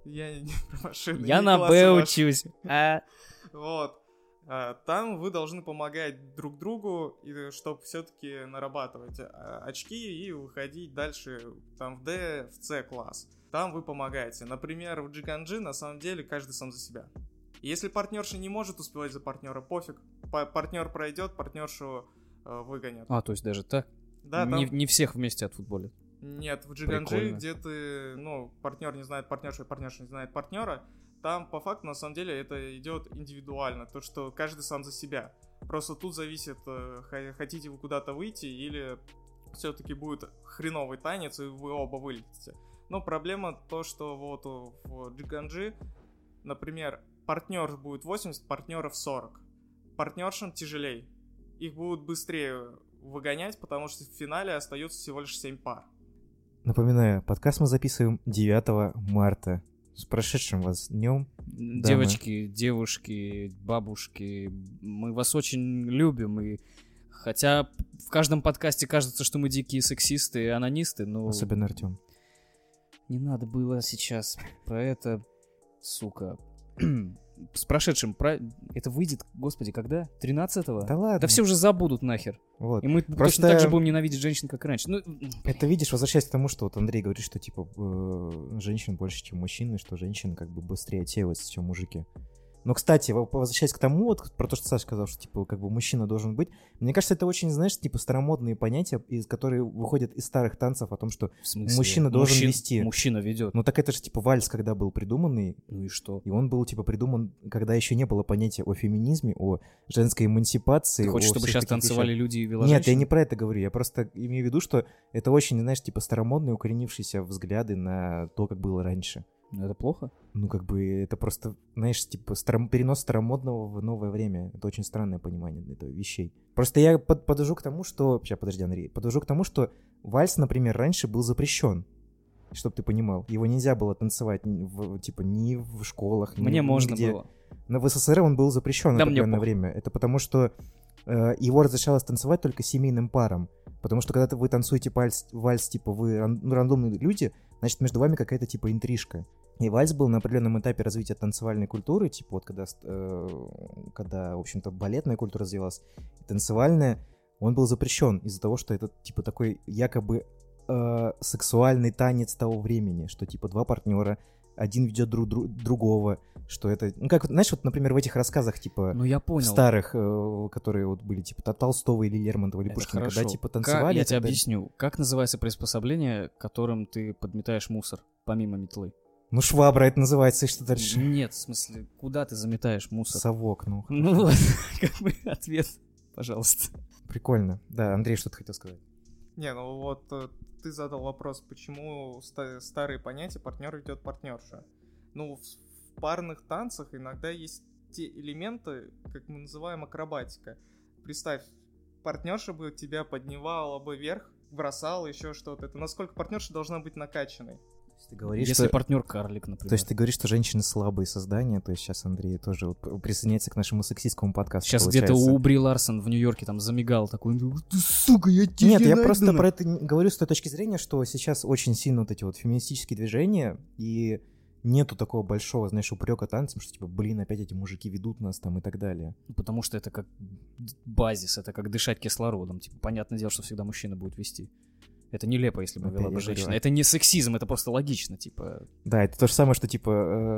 я не про машины. Я не на классы Б ваши. учусь. А, Вот. А, Там вы должны помогать друг другу, чтобы все-таки нарабатывать а, очки и выходить дальше там в D, в C класс. Там вы помогаете. Например, в джиганджи на самом деле каждый сам за себя. Если партнерша не может успевать за партнера, пофиг. Па- партнер пройдет, партнершу э, выгонят. а, то есть даже так? Да, там... не, не всех вместе отфутболят. Нет, в джиганджи, Прикольно. где ты, ну, партнер не знает партнершу, и партнерша не знает партнера, там по факту на самом деле это идет индивидуально, то что каждый сам за себя. Просто тут зависит, э, х- хотите вы куда-то выйти или все-таки будет хреновый танец и вы оба вылетите. Но проблема то, что вот в джиганджи, например, партнер будет восемьдесят, партнеров сорок. Партнершам тяжелей. Их будут быстрее выгонять, потому что в финале остается всего лишь семь пар. Напоминаю, подкаст мы записываем девятого марта. С прошедшим вас днем. Девочки, девушки, бабушки, мы вас очень любим, и хотя в каждом подкасте кажется, что мы дикие сексисты и анонисты, но Особенно Артем. не надо было сейчас про это, сука. С прошедшим, про... это выйдет, господи, когда? тринадцатого? Да ладно. Да все уже забудут нахер. Вот. И мы Просто- точно так же будем ненавидеть женщин, как раньше. Ну, Это видишь, возвращаясь к тому, что вот Андрей говорит, что типа э, женщин больше, чем мужчин, и что женщины как бы быстрее отсеиваются, чем мужики. Но, кстати, во- возвращаясь к тому, вот про то, что Саша сказал, что типа как бы мужчина должен быть, мне кажется, это очень, знаешь, типа старомодные понятия, из которые выходят из старых танцев о том, что в смысле? Мужчина должен Мужчин- вести. Мужчина ведет. ну так это же типа вальс, когда был придуманный, Ну и что? и он был типа придуман, когда еще не было понятия о феминизме, о женской эмансипации. Ты хочешь, о чтобы всех сейчас таких танцевали вещах. люди и вела Нет, я женщин? не про это говорю, я просто имею в виду, что это очень, знаешь, типа старомодные, укоренившиеся взгляды на то, как было раньше. Ну, это плохо? Ну, как бы, это просто, знаешь, типа, старом- перенос старомодного в новое время. Это очень странное понимание этого вещей. Просто я под- подвожу к тому, что... Сейчас, подожди, Андрей. Подвожу к тому, что вальс, например, раньше был запрещен. Чтобы ты понимал. Его нельзя было танцевать, ни в, типа, ни в школах, ни Мне можно нигде. было. Но в СССР он был запрещен Да на мне определенное похуй. время. Это потому, что э, его разрешалось танцевать только семейным парам. Потому что когда вы танцуете вальс, вальс типа, вы ран- ну, рандомные люди, значит, между вами какая-то, типа, интрижка. И вальс был на определенном этапе развития танцевальной культуры, типа вот когда, э, когда в общем-то, балетная культура развилась, танцевальная, он был запрещен из-за того, что это, типа, такой якобы э, сексуальный танец того времени, что типа два партнера, один ведет друг дру- другого, что это... Ну, как, знаешь, вот, например, в этих рассказах, типа, Ну, я понял. старых, э, которые вот были, типа, Толстого или Лермонтова или Это Пушкина, хорошо. когда, типа, Как- танцевали. я и тебе так далее. объясню. Как называется приспособление, которым ты подметаешь мусор, помимо метлы? Ну, швабра это называется, и что дальше? Нет, в смысле, куда ты заметаешь мусор? Совок, ну. Ну вот, как бы ответ, пожалуйста. Прикольно. Да, Андрей, что ты хотел сказать? Не, ну вот э, ты задал вопрос, почему ста- старые понятия партнер идет партнерша. Ну, в, в парных танцах иногда есть те элементы, как мы называем акробатика. Представь, партнерша бы тебя поднимала бы вверх, бросала еще что-то. Это насколько партнерша должна быть накачанной. Ты говоришь, Если что... партнер карлик, например. То есть ты говоришь, что женщины слабые создания, то есть сейчас Андрей тоже вот присоединяется к нашему сексистскому подкасту. Сейчас получается. где-то у Бри Ларсон в Нью-Йорке там замигал такой, «Ну, ты, сука, я тебе Нет, я найду». просто про это н- говорю с той точки зрения, что сейчас очень сильно вот эти вот феминистические движения, и нету такого большого, знаешь, упрека танцам, что типа, блин, опять эти мужики ведут нас там и так далее. Ну, потому что это как базис, это как дышать кислородом. Типа, понятное дело, что всегда мужчина будет вести. Это нелепо, если бы Опять вела я бы женщина. говорю, Это не сексизм, это просто логично, типа. Да, это то же самое, что типа,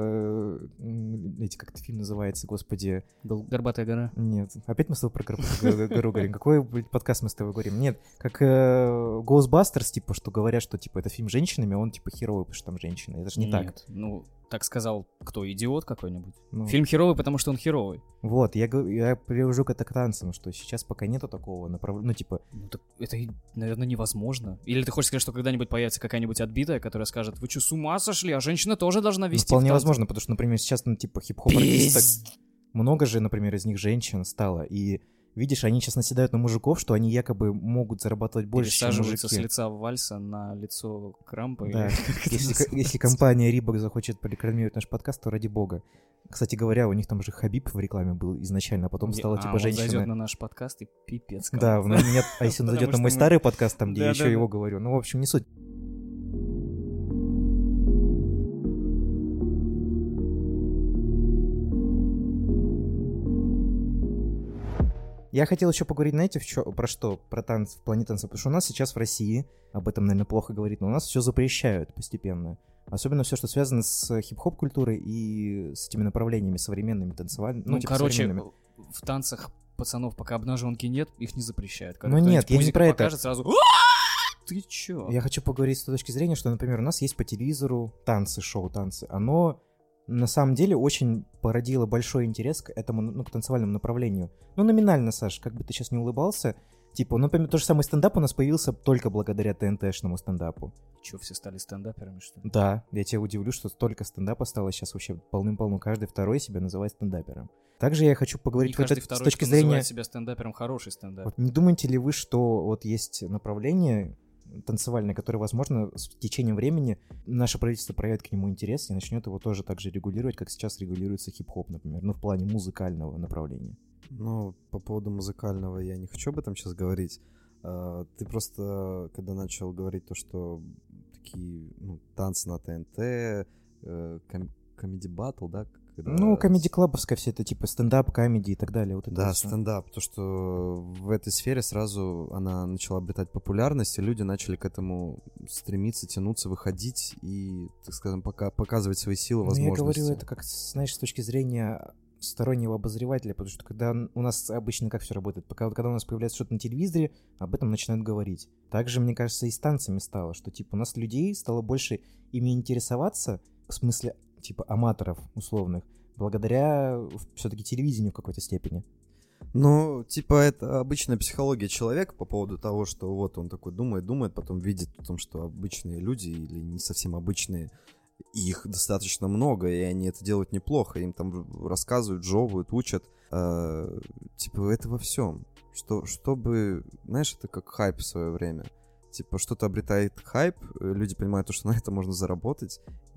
э, м, эти, как это фильм называется, господи, Гол- Горбатая гора. нет, опять мы с тобой про Горбатую гору говорим, какой, блядь, подкаст мы с тобой говорим? Нет, как э, Ghostbusters, типа, что говорят, что типа это фильм с женщинами, а он типа херовый, потому что там женщины, это же не так. Нет, ну, так сказал кто, идиот какой-нибудь? Ну, Фильм херовый, потому что он херовый. Вот, я, говорю- я привожу к это к танцам, что сейчас пока нету такого направления, ну, типа, Ну, так это, наверное, невозможно. Или ты хочешь сказать, что когда-нибудь появится какая-нибудь отбитая, которая скажет, вы что, с ума сошли? А женщина тоже должна ну, вести в вполне танце». возможно, потому что, например, сейчас, ну, типа, хип-хоп-артисток, Пиз- много же, например, из них женщин стало, и видишь, они сейчас наседают на мужиков, что они якобы могут зарабатывать больше, чем Пересаживаются мужики. с лица вальса на лицо Крампа. или Да, как это если, называется. если компания Reebok захочет порекламировать наш подкаст, то ради бога. Кстати говоря, у них там же Хабиб в рекламе был изначально, а потом стала А, типа он женщина. зайдет на наш подкаст и пипец. Да, кому-то. ну, нет, а если он зайдет Потому на мой что мы- старый подкаст, там, где я Да, еще да, его да. говорю. Ну, в общем, не суть. Я хотел еще поговорить, знаете, в чё- про что? Про танцы, в плане танцев. Потому что у нас сейчас в России, об этом, наверное, плохо говорить, но у нас все запрещают постепенно. Особенно все, что связано с хип-хоп культурой и с этими направлениями современными танцевальными. Ну, типа, короче, современными. в танцах пацанов, пока обнаженки нет, их не запрещают. Когда Ну нет, кто-нибудь я не пузико про это. покажет, сразу «А, ты чё? Я хочу поговорить с той точки зрения, что, например, у нас есть по телевизору танцы, шоу-танцы. Оно на самом деле очень породило большой интерес к этому, ну, к танцевальному направлению. Ну, номинально, Саш, как бы ты сейчас не улыбался, типа, ну, например, тот же самый стендап у нас появился только благодаря ТНТ-шному стендапу. Чё, все стали стендаперами, что ли? Да, я тебя удивлю, что столько стендапа стало сейчас вообще полным-полно. Каждый второй себя называет стендапером. Также я хочу поговорить Не вот каждый это с второй, точки кто зрения... называет себя стендапером, хороший стендап. Вот не думаете ли вы, что вот есть направление танцевальное, которое, возможно, с течением времени наше правительство проявит к нему интерес и начнет его тоже так же регулировать, как сейчас регулируется хип-хоп, например, ну, в плане музыкального направления? Ну, по поводу музыкального я не хочу об этом сейчас говорить. А, Ты просто, когда начал говорить то, что такие ну, танцы на ТНТ, э, ком- комеди-баттл, да? когда Ну, с- комеди-клабовская все это, типа, стендап, комеди и так далее. Вот это Да, вот всё. стендап. То, что в этой сфере сразу она начала обретать популярность, и люди начали к этому стремиться, тянуться, выходить и, так скажем, пока, показывать свои силы, Ну, возможности. я говорю это как, знаешь, с точки зрения стороннего обозревателя, потому что когда у нас обычно как все работает, пока когда у нас появляется что-то на телевизоре, об этом начинают говорить. Также, мне кажется, и с танцами стало, что типа у нас людей стало больше ими интересоваться, в смысле типа аматоров условных, благодаря все-таки телевидению в какой-то степени. Ну, типа, это обычная психология человека по поводу того, что вот он такой думает, думает, потом видит о том, что обычные люди или не совсем обычные, их достаточно много, и они это делают неплохо, им там рассказывают, жевывают, учат. Э, типа, это во всем. Что, чтобы, знаешь, это как хайп в свое время. Типа, что-то обретает хайп, люди понимают, то, что на это можно заработать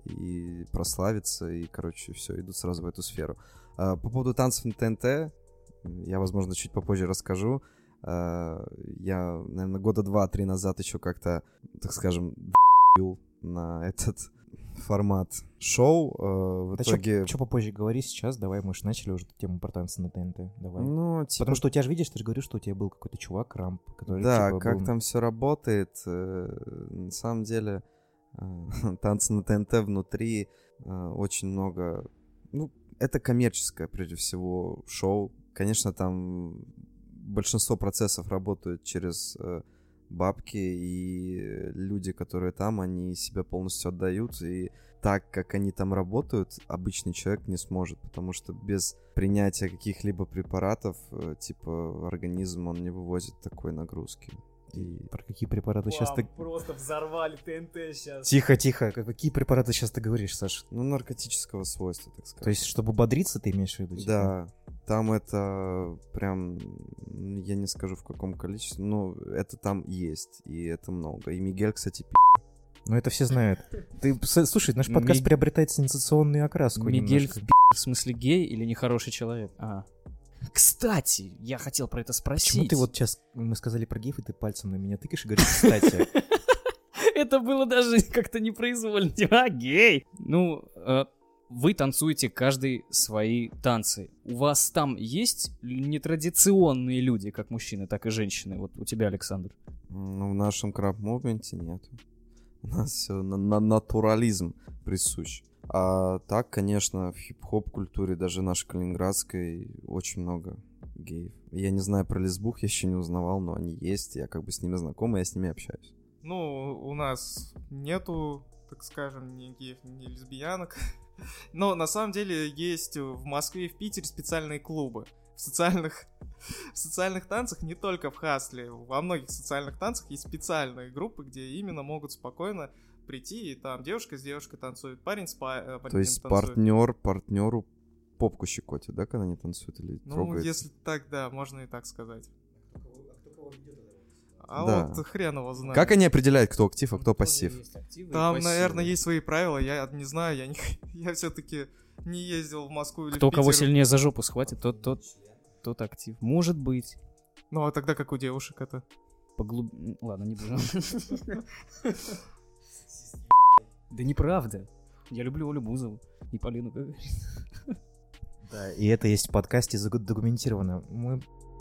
и прославиться, и, короче, все, идут сразу в эту сферу. А, по поводу танцев на ТНТ, я, возможно, чуть попозже расскажу. А, я, наверное, года два-три назад еще как-то, так скажем, д***ил на этот... формат шоу. э, В Да итоге... что попозже говори сейчас, давай, мы же начали уже тему про танцы на ТНТ, давай. Ну, типа, Потому что у тебя же, видишь, ты же говоришь, что у тебя был какой-то чувак, Рамп, который, да, типа, как был- там все работает. э, На самом деле, э, танцы на ТНТ внутри э, очень много... Ну, это коммерческое, прежде всего, шоу. Конечно, там большинство процессов работают через э, бабки, и люди, которые там, они себя полностью отдают, и так, как они там работают, обычный человек не сможет, потому что без принятия каких-либо препаратов, э, типа, организм, он не вывозит такой нагрузки. И... Про какие препараты сейчас ты... Просто взорвали ТНТ сейчас. Тихо, тихо, какие препараты сейчас ты говоришь, Саш? Ну, наркотического свойства, так сказать. То есть, чтобы бодриться, ты имеешь в виду? типа? Да, там это прям, м, я не скажу в каком количестве, но это там есть, и это много. И Мигель, кстати, пи***. Ну, это все знают. Ты, с- слушай, наш подкаст Миг- приобретает сенсационную окраску Мигель немножко. в, пи***, в смысле гей или нехороший человек? А. Кстати, я хотел про это спросить. Почему ты вот сейчас, мы сказали про геев, и ты пальцем на меня тыкаешь и говоришь, кстати. Это было даже как-то непроизвольно. А, гей! Ну, э, вы танцуете каждый свои танцы. У вас там есть нетрадиционные люди, как мужчины, так и женщины? Вот у тебя, Александр. Ну, в нашем краб-мувменте нету. У нас все на, на натурализм присущ. А так, конечно, в хип-хоп культуре, даже нашей калининградской, очень много геев. Я не знаю про лесбух, я еще не узнавал, но они есть, я как бы с ними знаком, и я с ними общаюсь. Ну, у нас нету, так скажем, ни геев, ни лесбиянок. Но на самом деле есть в Москве и в Питере специальные клубы. В социальных, в социальных танцах, не только в хасле, во многих социальных танцах есть специальные группы, где именно могут спокойно прийти, и там девушка с девушкой танцует, парень с па- э, То парнем есть танцует. партнер партнеру попку щекотит, да, когда они танцуют или Ну, трогает? если так, да, можно и так сказать. А Да. вот хрен его знает. Как они определяют, кто актив, а кто пассив? Там, наверное, есть свои правила, я не знаю, я, не, я все-таки не ездил в Москву или Кто в кого Питер. сильнее за жопу схватит, тот, тот, тот актив. Может быть. Ну, а тогда как у девушек это? Поглуб... М, Ладно, не буду. Да неправда. Я люблю Олю Бузову и Полину Гагарину. Да, и это есть в подкасте задокументировано. Мы...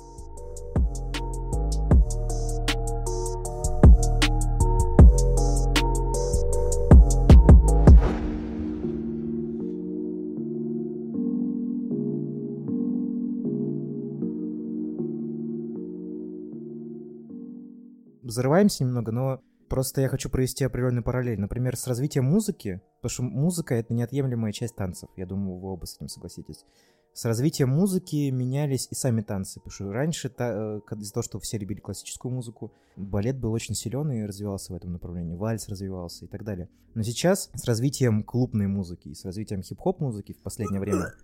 Взрываемся немного, но просто я хочу провести определенную параллель. Например, с развитием музыки, потому что музыка — это неотъемлемая часть танцев. Я думаю, вы оба с этим согласитесь. С развитием музыки менялись и сами танцы. Потому что раньше, та- э, из-за того, что все любили классическую музыку, балет был очень силен и развивался в этом направлении. Вальс развивался и так далее. Но сейчас с развитием клубной музыки и с развитием хип-хоп музыки в последнее время...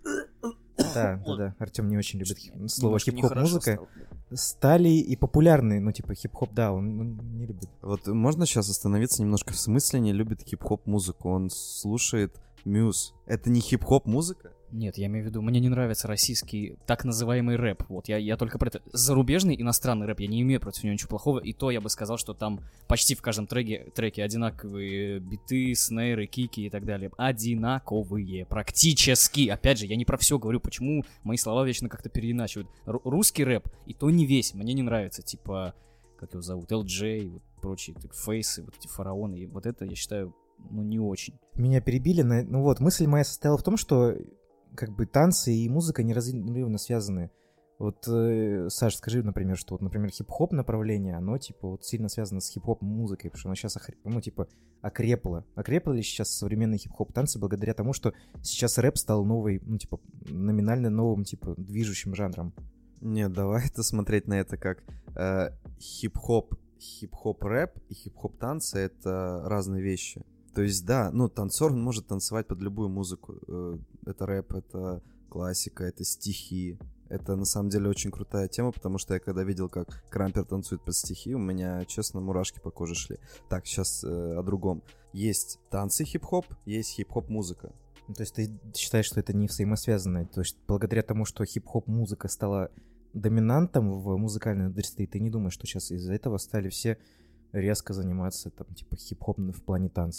Да, да, да. Артем не очень любит хи- слово Немножко хип-хоп нехорошо музыка. стало. Стали и популярны, ну, типа, хип-хоп, да, он, он не любит. Вот можно сейчас остановиться немножко? В смысле не любит хип-хоп музыку? Он слушает Мьюз. Это не хип-хоп музыка? Нет, я имею в виду, мне не нравится российский так называемый рэп. Вот, я, я только про это. Зарубежный иностранный рэп, я не имею против него ничего плохого, и то я бы сказал, что там почти в каждом треке, треке одинаковые биты, снейры, кики и так далее. Одинаковые, практически. Опять же, я не про все говорю, почему мои слова вечно как-то переиначивают. Ру- русский рэп, и то не весь, мне не нравится, типа, как его зовут, эл джей, вот прочие, так, фейсы, вот эти фараоны, и вот это, я считаю, ну, не очень. Меня перебили, на... ну вот, мысль моя состояла в том, что как бы танцы и музыка неразрывно связаны. Вот, э, Саш, скажи, например, что вот, например, хип-хоп направление, оно, типа, вот сильно связано с хип-хоп музыкой, потому что оно сейчас, охр... ну, типа, окрепло. Окрепло ли сейчас современные хип-хоп танцы благодаря тому, что сейчас рэп стал новой, ну, типа, номинально новым, типа, движущим жанром? Нет, давай это смотреть на это как э, хип-хоп, хип-хоп рэп и хип-хоп танцы — это разные вещи. То есть, да, ну, танцор, он может танцевать под любую музыку. Э, Это рэп, это классика, это стихи. Это, на самом деле, очень крутая тема, потому что я когда видел, как Крампер танцует под стихи, у меня, честно, мурашки по коже шли. Так, сейчас э, о другом. Есть танцы хип-хоп, есть хип-хоп музыка. Ну, то есть ты считаешь, что это не взаимосвязано? То есть благодаря тому, что хип-хоп музыка стала доминантом в музыкальной индустрии, ты не думаешь, что сейчас из-за этого стали все резко заниматься, там, типа, хип-хоп в плане танцев?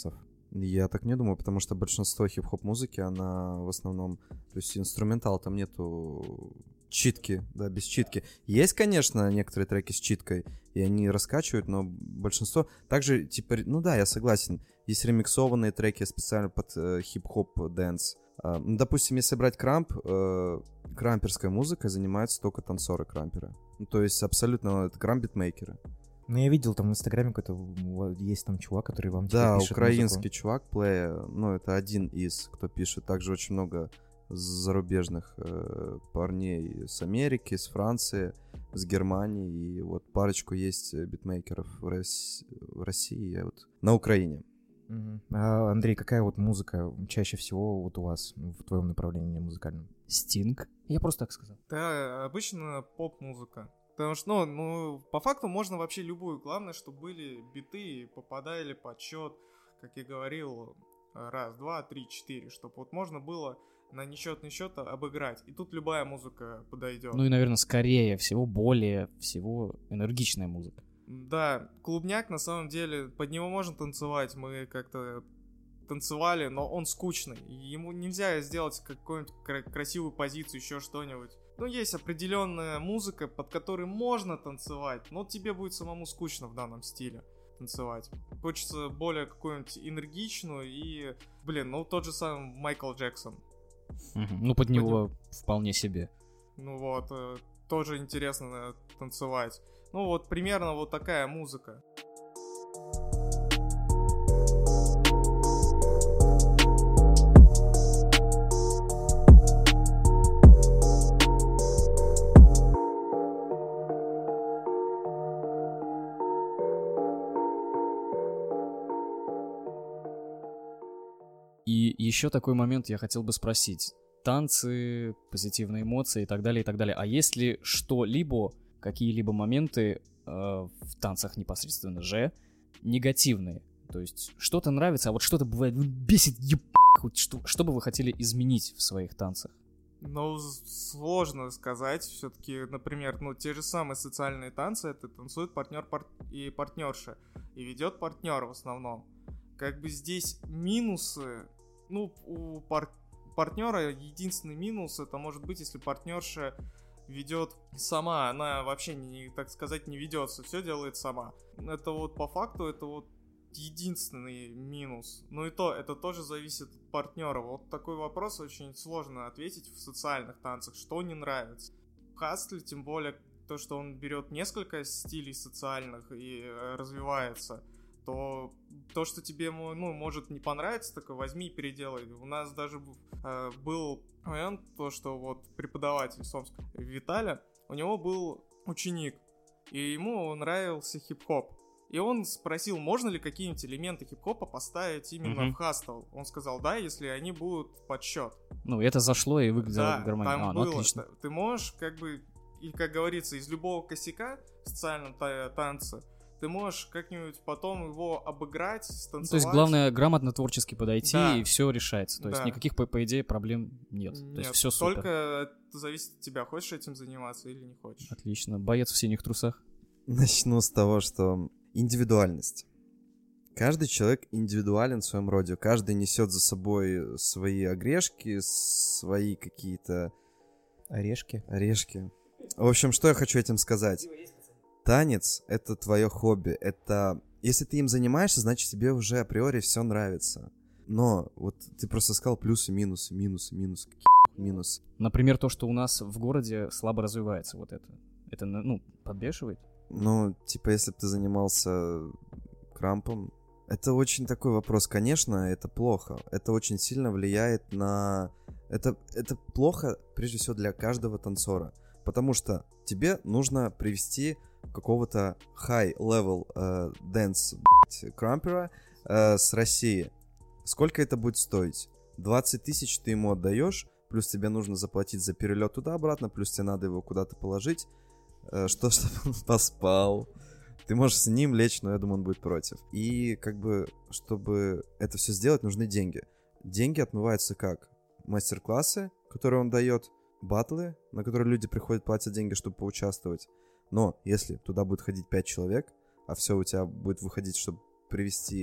Я так не думаю, потому что большинство хип-хоп музыки, она в основном, то есть инструментал, там нету читки, да, без читки. Есть, конечно, некоторые треки с читкой, и они раскачивают, но большинство также, типа, ну да, я согласен, есть ремиксованные треки специально под э, хип-хоп дэнс. Э, ну, допустим, если брать крамп, э, крамперской музыкой занимаются только танцоры-крамперы. Ну, то есть абсолютно это крамп-битмейкеры. Ну, я видел там в Инстаграме какой-то, вот, есть там чувак, который вам Да, пишет украинский музыку. чувак, Play, ну, это один из, кто пишет. Также очень много зарубежных э, парней с Америки, с Франции, с Германии. И вот парочку есть битмейкеров в, Рос... в России, а вот на Украине. Мгм. А, Андрей, какая вот музыка чаще всего вот у вас в твоем направлении музыкальном? Стинг. Я просто так сказал. Да, обычно поп-музыка. Потому что, ну, ну, по факту можно вообще любую. Главное, чтобы были биты и попадали под счет, как я говорил, раз, два, три, четыре, чтобы вот можно было на несчетный счет обыграть. И тут любая музыка подойдет. Ну и, наверное, скорее всего, более всего энергичная музыка. Да, клубняк, на самом деле, под него можно танцевать. Мы как-то танцевали, но он скучный. Ему нельзя сделать какую-нибудь кра- красивую позицию, еще что-нибудь. Ну, есть определенная музыка, под которой можно танцевать, но тебе будет самому скучно в данном стиле танцевать. Хочется более какую-нибудь энергичную и, блин, ну тот же самый Майкл Джексон. Мгм. Ну, под него вполне себе. Ну вот, э, тоже интересно э, танцевать. Ну вот, примерно вот такая музыка. И еще такой момент я хотел бы спросить. Танцы, позитивные эмоции и так далее, и так далее. А есть ли что-либо, какие-либо моменты э, в танцах непосредственно же негативные? То есть что-то нравится, а вот что-то бывает ну, бесит, еб... вот что, что бы вы хотели изменить в своих танцах? Ну, сложно сказать. Все-таки, например, ну, те же самые социальные танцы, это танцует партнер пар... и партнерша. И ведет партнер в основном. Как бы здесь минусы, ну, у пар... партнера единственный минус, это может быть, если партнерша ведет сама, она вообще, не, так сказать, не ведется, все делает сама. Это вот по факту, это вот единственный минус. Ну и то, это тоже зависит от партнера. Вот такой вопрос очень сложно ответить в социальных танцах, что не нравится. В хастле, тем более, то, что он берет несколько стилей социальных и э, развивается, то то, что тебе, ну, может не понравиться, так возьми и переделай. У нас даже э, был момент, то, что вот преподаватель Сомск Виталя, у него был ученик, и ему нравился хип-хоп. И он спросил, можно ли какие-нибудь элементы хип-хопа поставить именно Мгм. в хастл. Он сказал, да, если они будут под счет. Ну, это зашло и выглядело Да, гармонично. там А, ну, было. отлично. Ты можешь, как бы, и как говорится, из любого косяка в социальном та- танце, ты можешь как-нибудь потом его обыграть, станцевать. Ну, то есть главное грамотно творчески подойти, Да. и все решается. То есть Да. никаких, по, по идее, проблем нет. То есть все супер. Только это зависит от тебя, хочешь этим заниматься или не хочешь. Отлично. Боец в синих трусах. Начну с того, что индивидуальность. Каждый человек индивидуален в своем роде. Каждый несет за собой свои огрешки, свои какие-то Орешки. орешки. В общем, что я хочу этим сказать? Танец — это твое хобби. Это... Если ты им занимаешься, значит, тебе уже априори все нравится. Но вот ты просто сказал плюсы, минусы, минусы, минусы, какие минусы. Например, то, что у нас в городе слабо развивается вот это. Это, ну, подбешивает. Ну, типа, если бы ты занимался крампом, это очень такой вопрос. Конечно, это плохо. Это очень сильно влияет на... Это, это плохо, прежде всего, для каждого танцора. Потому что тебе нужно привести какого-то high-level э, dance крампера э, с России. Сколько это будет стоить? двадцать тысяч ты ему отдаешь, плюс тебе нужно заплатить за перелет туда-обратно, плюс тебе надо его куда-то положить, э, что, чтобы он поспал. Ты можешь с ним лечь, но я думаю, он будет против. И как бы, чтобы это все сделать, нужны деньги. Деньги отмываются как? Мастер-классы, которые он дает, батлы, на которые люди приходят, платят деньги, чтобы поучаствовать. Но если туда будет ходить пять человек, а все у тебя будет выходить, чтобы привести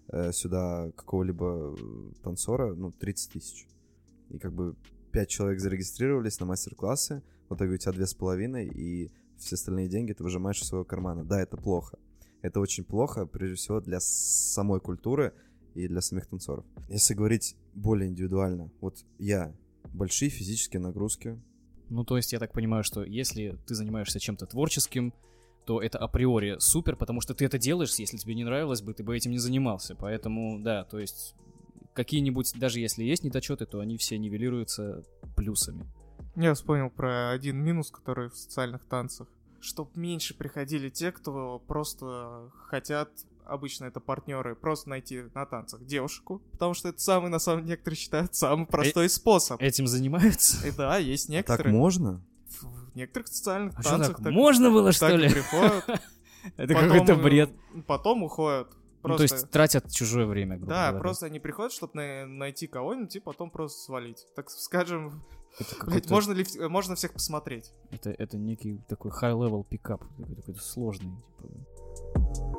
э, сюда какого-либо танцора, ну, тридцать тысяч. И как бы пять человек зарегистрировались на мастер-классы, в итоге у тебя две с половиной, и все остальные деньги ты выжимаешь из своего кармана. Да, это плохо. Это очень плохо, прежде всего, для самой культуры и для самих танцоров. Если говорить более индивидуально, вот я, большие физические нагрузки. Ну, то есть, я так понимаю, что если ты занимаешься чем-то творческим, то это априори супер, потому что ты это делаешь, если тебе не нравилось бы, ты бы этим не занимался. Поэтому, да, то есть, какие-нибудь, даже если есть недочеты, то они все нивелируются плюсами. Я вспомнил про один минус, который в социальных танцах. Чтоб меньше приходили те, кто просто хотят, обычно это партнеры, просто найти на танцах девушку, потому что это самый, на самом деле, некоторые считают, самый простой э- способ. Этим занимаются? И да, есть некоторые. Так можно? В некоторых социальных а танцах так так можно было, что так ли? приходят. Это какой-то бред. Потом уходят. Ну, то есть тратят чужое время, грубо Да, говоря. просто они приходят, чтобы на- найти кого-нибудь и потом просто свалить. Так скажем, Это блядь, какой-то- можно ли в- можно всех посмотреть? Это, это некий такой high-level пикап, такой, такой сложный. Типа.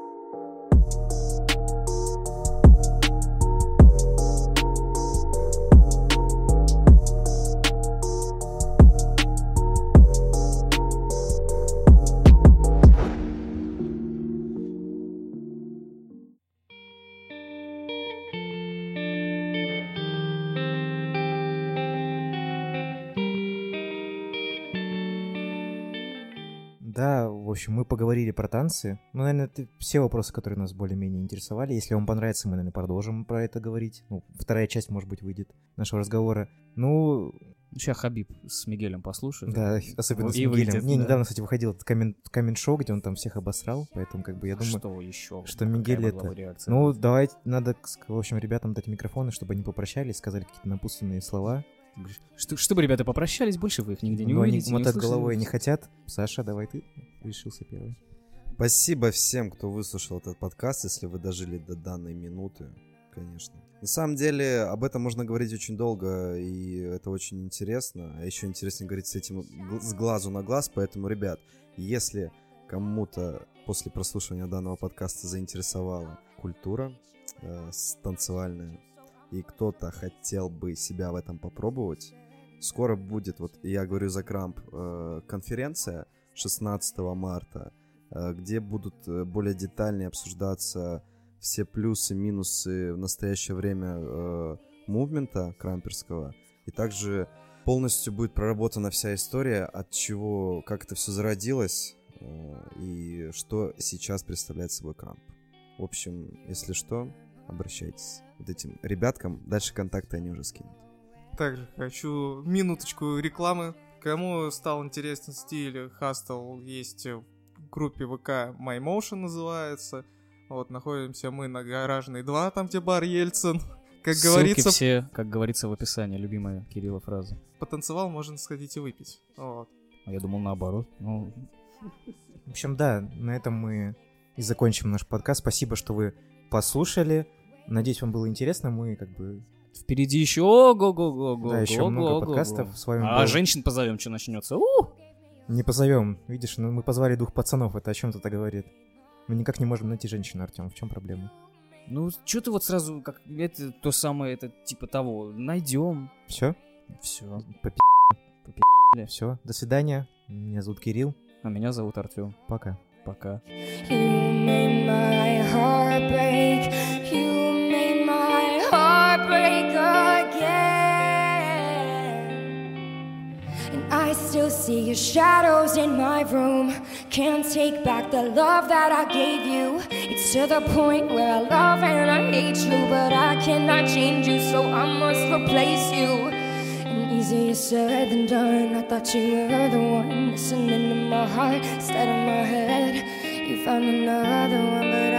Да, в общем, мы поговорили про танцы. Ну, наверное, это все вопросы, которые нас более-менее интересовали. Если вам понравится, мы, наверное, продолжим про это говорить. Ну, вторая часть, может быть, выйдет нашего разговора. Ну, Сейчас Хабиб с Мигелем послушает. да, особенно И с Мигелем. выйдет, Мне да. недавно, кстати, выходил этот коммент, коммент-шоу, где он там всех обосрал. Поэтому, как бы, я думаю... Что еще? что Мигель это- Ну, давайте, надо, в общем, ребятам дать микрофоны, чтобы они попрощались, сказали какие-то напутственные слова. Что, чтобы ребята попрощались, больше вы их нигде не Но они увидите. не мотать услышите. головой не хотят. Саша, давай ты решился первый. Спасибо всем, кто выслушал этот подкаст, если вы дожили до данной минуты, конечно. На самом деле, об этом можно говорить очень долго, и это очень интересно. А еще интереснее говорить с этим гл- с глазу на глаз. Поэтому, ребят, если кому-то после прослушивания данного подкаста заинтересовала культура э, с- танцевальная, и кто-то хотел бы себя в этом попробовать, скоро будет, вот я говорю за Крамп, э, конференция шестнадцатого марта, э, где будут э, более детальнее обсуждаться все плюсы, минусы в настоящее время э, мувмента крамперского. И также полностью будет проработана вся история, от чего, как это все зародилось э, и что сейчас представляет собой Крамп. В общем, если что, обращайтесь вот этим ребяткам. Дальше контакты они уже скинут. Также хочу минуточку рекламы. Кому стал интересен стиль хастл, есть в группе ВК MyMotion называется. Вот, находимся мы на Гаражной два, там где бар Ельцин. Как Ссылки говорится, все, как говорится в описании, любимая Кирилла фраза. потанцевал, можно сходить и выпить. Вот. А я думал наоборот. Ну, В общем, да, на этом мы и закончим наш подкаст. Спасибо, что вы послушали. Надеюсь, вам было интересно. Мы как бы... впереди еще ого-го-го-го. Да, еще много подкастов. С вами А был... женщин позовем, что начнется. У! Не позовем. Видишь, ну, мы позвали двух пацанов. Это о чем-то это говорит. Мы никак не можем найти женщину, Артем. В чем проблема? Ну, что ты вот сразу, как это то самое, это типа того, найдем. Все? Все. Все. До свидания. Меня зовут Кирилл. А меня зовут Артем. Пока. Пока. You made my heart break. You made my heart break again. And I still see your shadows in my room. Can't take back the love that I gave you. It's to the point where I love and I hate you, but I cannot change you, so I must replace you. And easier said than done. I thought you were the one listening to my heart instead of my head. You found another one, but